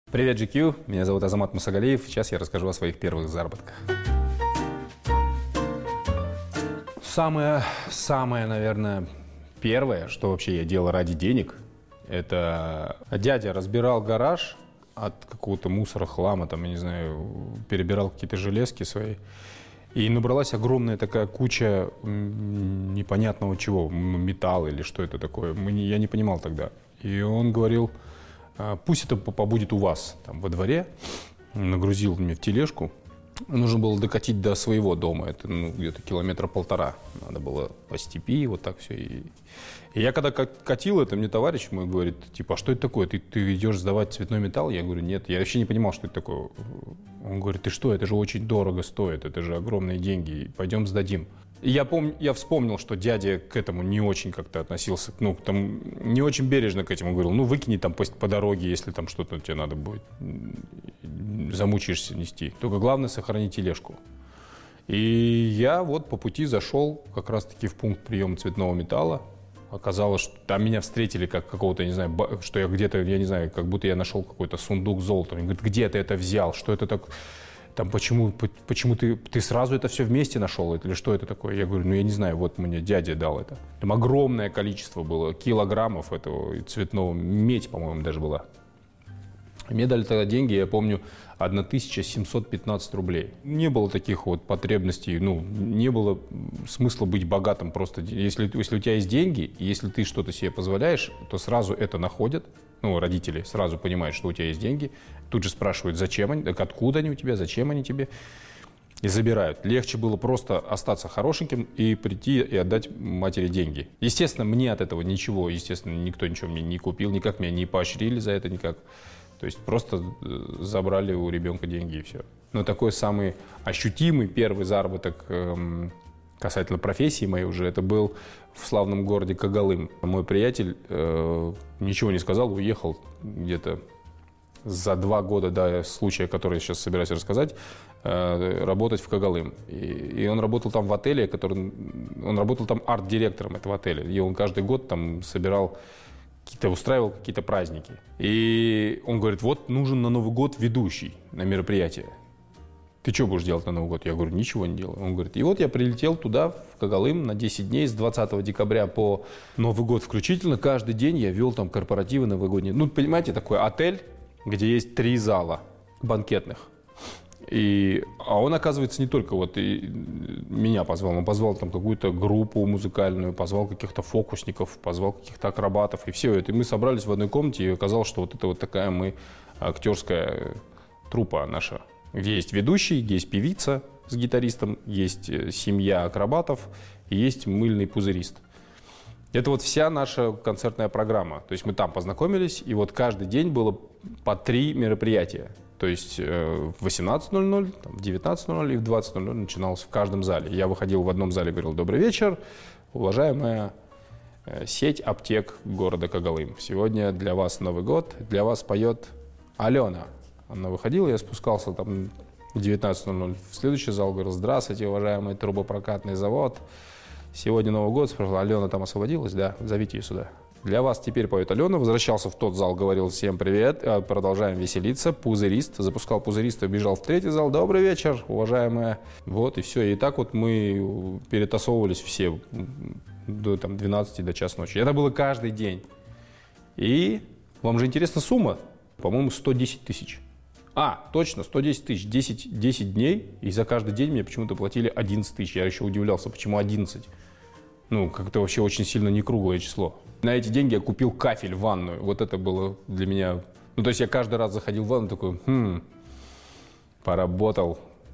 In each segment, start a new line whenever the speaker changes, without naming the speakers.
Привет, GQ. Меня зовут Азамат Мусагалиев. Сейчас я расскажу о своих первых заработках. Самое, наверное, первое, что вообще я делал ради денег, это дядя разбирал гараж от какого-то мусора, хлама, там, я не знаю, перебирал какие-то железки свои. И набралась огромная такая куча непонятного чего, металл или что это такое. Я не понимал тогда. И он говорил: пусть это побудет у вас там во дворе. Нагрузил мне в тележку. Нужно было докатить до своего дома. Это где-то 1,5 километра. Надо было по степи, вот так все. И я когда катил это, мне товарищ мой говорит, типа: а что это такое? Ты идешь сдавать цветной металл? Я говорю: нет, я вообще не понимал, что это такое. Он говорит: ты что, это же очень дорого стоит, это же огромные деньги, пойдем сдадим. И я вспомнил, что дядя к этому не очень как-то относился, там не очень бережно к этому. Говорил: выкини там по дороге, если там что-то тебе надо будет, замучаешься нести. Только главное — сохрани тележку. И я вот по пути зашел как раз-таки в пункт приема цветного металла. Оказалось, что там меня встретили как какого-то, не знаю, что я где-то, я не знаю, как будто я нашел какой-то сундук золота. Они говорят: где ты это взял? Что это так? Там, почему ты сразу это все вместе нашел? Или что это такое? Я говорю: я не знаю, вот мне дядя дал это. Там огромное количество было, килограммов этого цветного, медь, по-моему, даже была. Мне дали тогда деньги, я помню, 1715 рублей. Не было таких вот потребностей, не было смысла быть богатым просто. Если у тебя есть деньги, если ты что-то себе позволяешь, то сразу это находят. Родители сразу понимают, что у тебя есть деньги. Тут же спрашивают, зачем они, откуда они у тебя, зачем они тебе. И забирают. Легче было просто остаться хорошеньким и прийти и отдать матери деньги. Естественно, мне от этого ничего, никто ничего мне не купил, никак меня не поощрили за это, никак. То есть просто забрали у ребенка деньги и все. Но такой самый ощутимый первый заработок касательно профессии моей уже, это был в славном городе Когалым. Мой приятель ничего не сказал, уехал где-то за 2 года до случая, который я сейчас собираюсь рассказать, работать в Когалым. И он работал там в отеле, он работал там арт-директором этого отеля. И он каждый год там устраивал какие-то праздники. И он говорит: вот нужен на Новый год ведущий на мероприятие. Ты что будешь делать на Новый год? Я говорю: ничего не делаю. Он говорит: и вот я прилетел туда, в Когалым, на 10 дней, с 20 декабря по Новый год включительно. Каждый день я вел там корпоративы новогодние. Понимаете, такой отель, где есть 3 зала банкетных. А он, оказывается, не только меня позвал, он позвал там какую-то группу музыкальную, позвал каких-то фокусников, позвал каких-то акробатов, и все это. И мы собрались в одной комнате, и оказалось, что вот это вот такая мы актерская труппа наша, где есть ведущий, где есть певица с гитаристом, есть семья акробатов и есть мыльный пузырист. Это вот вся наша концертная программа. То есть мы там познакомились, и вот каждый день было по 3 мероприятия. То есть в 18:00, в 19:00 и в 20:00 начиналось в каждом зале. Я выходил в одном зале и говорил: добрый вечер, уважаемая сеть аптек города Когалым. Сегодня для вас Новый год, для вас поет Алена. Она выходила, я спускался там в 19:00 в следующий зал, говорил: здравствуйте, уважаемый трубопрокатный завод. Сегодня Новый год. Спрашивал: Алена там освободилась? Да, зовите ее сюда. Для вас теперь поет Алена. Возвращался в тот зал, говорил: всем привет, продолжаем веселиться. Пузырист. Запускал пузыриста, бежал в 3-й зал. Добрый вечер, уважаемая. Вот и все. И так вот мы перетасовывались все до 12, до часа ночи. Это было каждый день. И вам же интересна сумма? По-моему, 110 тысяч. Точно, 110 тысяч. 10 дней. И за каждый день мне почему-то платили 11 тысяч. Я еще удивлялся, почему 11. Как-то вообще очень сильно не круглое число. На эти деньги я купил кафель в ванную. Вот это было для меня... то есть я каждый раз заходил в ванну, такой: поработал.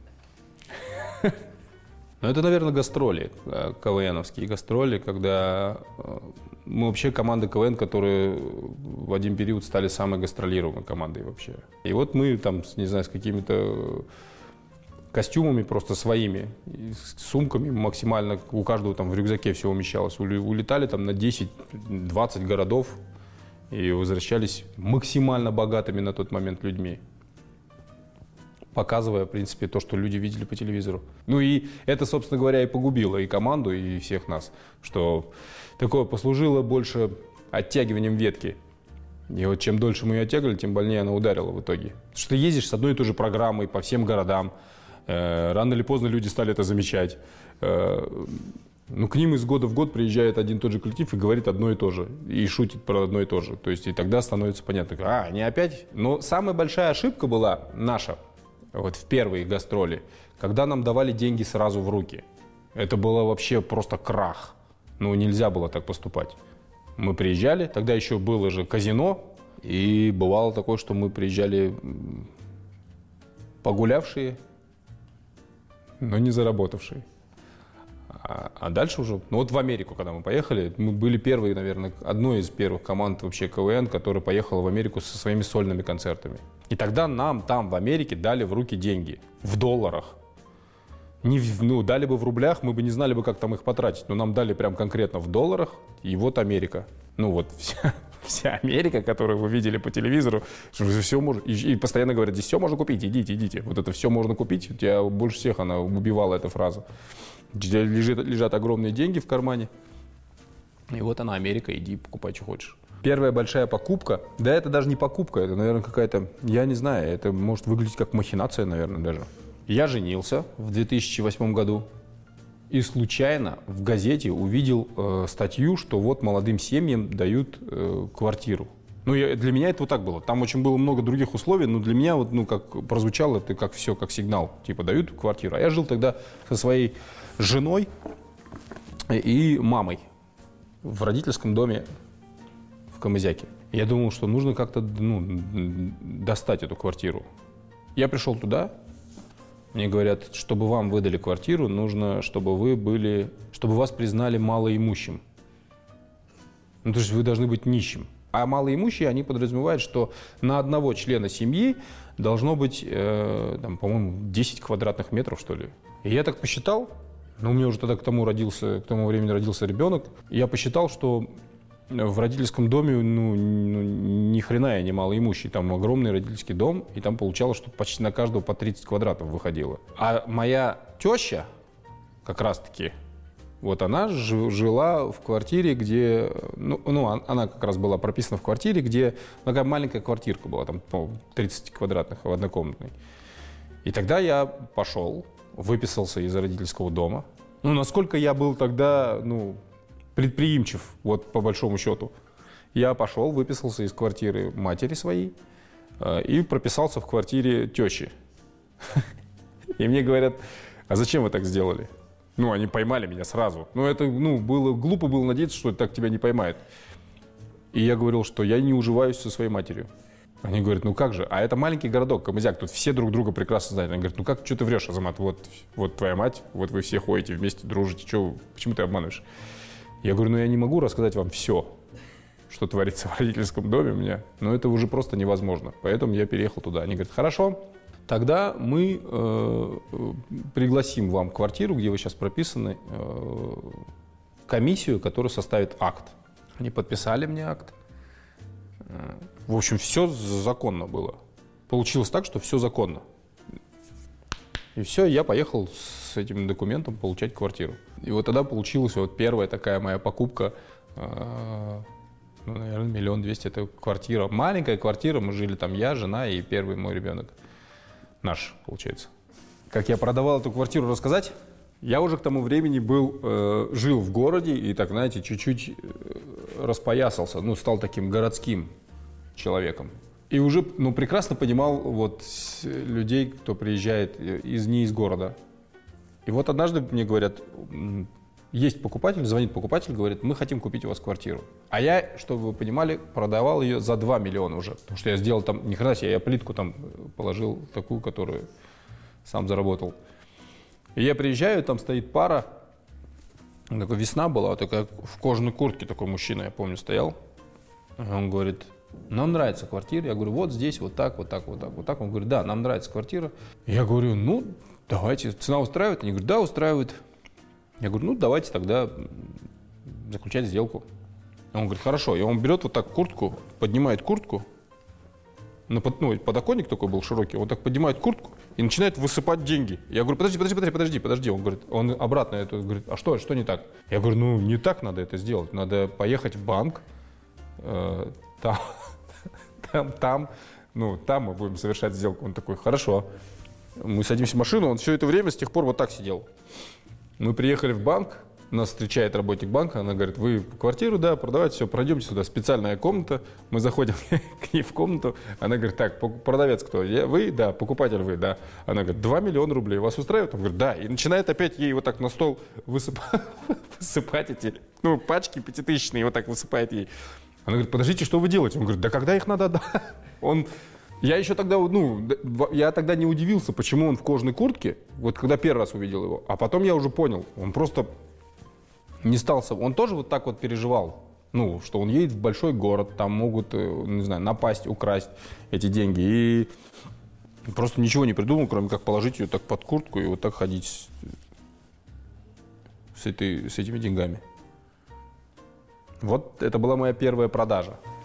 Это, наверное, гастроли, КВНовские гастроли, когда мы вообще команда КВН, которые в один период стали самой гастролируемой командой вообще. И вот мы там, не знаю, с какими-то костюмами просто своими, с сумками максимально, у каждого там в рюкзаке все умещалось. Улетали там на 10-20 городов и возвращались максимально богатыми на тот момент людьми, показывая, в принципе, то, что люди видели по телевизору. И это, собственно говоря, и погубило и команду, и всех нас, что такое послужило больше оттягиванием ветки. И вот чем дольше мы ее тягали, тем больнее она ударила в итоге. Потому что ты ездишь с одной и той же программой по всем городам. Рано или поздно люди стали это замечать. Ну, к ним из года в год приезжает один и тот же коллектив и говорит одно и то же. И шутит про одно и то же. То есть и тогда становится понятно. Не опять? Но самая большая ошибка была наша, вот в первые гастроли, когда нам давали деньги сразу в руки. Это было вообще просто крах. Ну, нельзя было так поступать. Мы приезжали, тогда еще было же казино, и бывало такое, что мы приезжали погулявшие, но не заработавшие. А дальше уже, ну вот в Америку, когда мы поехали, мы были первые, наверное, одной из первых команд вообще КВН, которая поехала в Америку со своими сольными концертами. И тогда нам там в Америке дали в руки деньги в долларах. Дали бы в рублях, мы бы не знали бы, как там их потратить. Но нам дали прям конкретно в долларах, и вот Америка. Ну вот вся Америка, которую вы видели по телевизору, что все можно, и постоянно говорят, здесь все можно купить, идите. Вот это все можно купить. У тебя больше всех она убивала, эта фраза. У тебя лежат огромные деньги в кармане. И вот она, Америка, иди покупай, что хочешь. Первая большая покупка, да это даже не покупка, это, наверное, какая-то, я не знаю, это может выглядеть как махинация, наверное, даже. Я женился в 2008 году и случайно в газете увидел статью, что вот молодым семьям дают квартиру. Ну, для меня это вот так было. Там очень было много других условий, но для меня вот, ну, как прозвучало это как все, как сигнал. Типа, дают квартиру. А я жил тогда со своей женой и мамой в родительском доме в Камызяке. Я думал, что нужно как-то достать эту квартиру. Я пришел туда, мне говорят, чтобы вам выдали квартиру, нужно, чтобы вас признали малоимущим. Ну, то есть вы должны быть нищим. А малоимущие, они подразумевают, что на одного члена семьи должно быть, по-моему, 10 квадратных метров, что ли. И я так посчитал, у меня уже тогда к тому времени родился ребенок, и я посчитал, что в родительском доме, ни хрена я не малоимущий. Там огромный родительский дом, и там получалось, что почти на каждого по 30 квадратов выходило. А моя теща, как раз-таки, вот она жила в квартире, где... она как раз была прописана в квартире, где такая маленькая квартирка была, там, по 30 квадратных, в однокомнатной. И тогда я пошел, выписался из родительского дома. Насколько я был тогда, предприимчив, вот по большому счету. Я пошел, выписался из квартиры матери своей и прописался в квартире тещи. И мне говорят, а зачем вы так сделали? Они поймали меня сразу. Глупо было надеяться, что так тебя не поймают. И я говорил, что я не уживаюсь со своей матерью. Они говорят, как же? А это маленький городок, Камызяк, тут все друг друга прекрасно знают. Они говорят, что ты врешь, Азамат? Вот твоя мать, вот вы все ходите вместе, дружите. Почему ты обманываешь? Я говорю, я не могу рассказать вам все, что творится в родительском доме у меня, но это уже просто невозможно. Поэтому я переехал туда. Они говорят, хорошо, тогда мы пригласим вам квартиру, где вы сейчас прописаны, комиссию, которая составит акт. Они подписали мне акт. В общем, все законно было. Получилось так, что все законно. И все, я поехал с этим документом получать квартиру. И вот тогда получилась вот первая такая моя покупка, наверное, 1 200 000, это квартира. Маленькая квартира, мы жили там я, жена и первый мой ребенок. Наш, получается. Как я продавал эту квартиру, рассказать? Я уже к тому времени жил в городе и так, знаете, чуть-чуть распоясался, стал таким городским человеком. И уже прекрасно понимал людей, кто приезжает не из города. И вот однажды мне говорят, есть покупатель, звонит покупатель, говорит, мы хотим купить у вас квартиру. А я, чтобы вы понимали, продавал ее за 2 миллиона уже. Потому что я сделал там, ни хрена себе, я плитку там положил такую, которую сам заработал. И я приезжаю, там стоит пара, такая весна была, такая в кожаной куртке такой мужчина, я помню, стоял. Он говорит, нам нравится квартира. Я говорю, вот здесь, вот так, вот так, вот так, вот так. Он говорит, да, нам нравится квартира. Я говорю, давайте, цена устраивает? Они говорят, да, устраивает. Я говорю, давайте тогда заключать сделку. Он говорит, хорошо. И он берет вот так куртку, поднимает куртку. Подоконник такой был широкий. Он так поднимает куртку и начинает высыпать деньги. Я говорю, подожди. Он говорит, он обратно это говорит, а что не так? Я говорю, не так надо это сделать. Надо поехать в банк, там мы будем совершать сделку. Он такой, хорошо. Мы садимся в машину, он все это время с тех пор вот так сидел. Мы приехали в банк, нас встречает работник банка, она говорит, вы квартиру, да, продавайте, все, пройдемте сюда, специальная комната. Мы заходим к ней в комнату, она говорит, так, продавец кто? Вы, да, покупатель вы, да. Она говорит, 2 миллиона рублей, вас устраивает? Он говорит, да. И начинает опять ей вот так на стол высыпать эти, пачки пятитысячные, вот так высыпает ей. Она говорит, подождите, что вы делаете? Он говорит, да когда их надо отдать? Я еще тогда, я тогда не удивился, почему он в кожаной куртке, вот когда первый раз увидел его, а потом я уже понял, он просто не стал, он тоже вот так вот переживал, что он едет в большой город, там могут, не знаю, напасть, украсть эти деньги, и просто ничего не придумал, кроме как положить ее так под куртку и вот так ходить с этими деньгами. Вот это была моя первая продажа.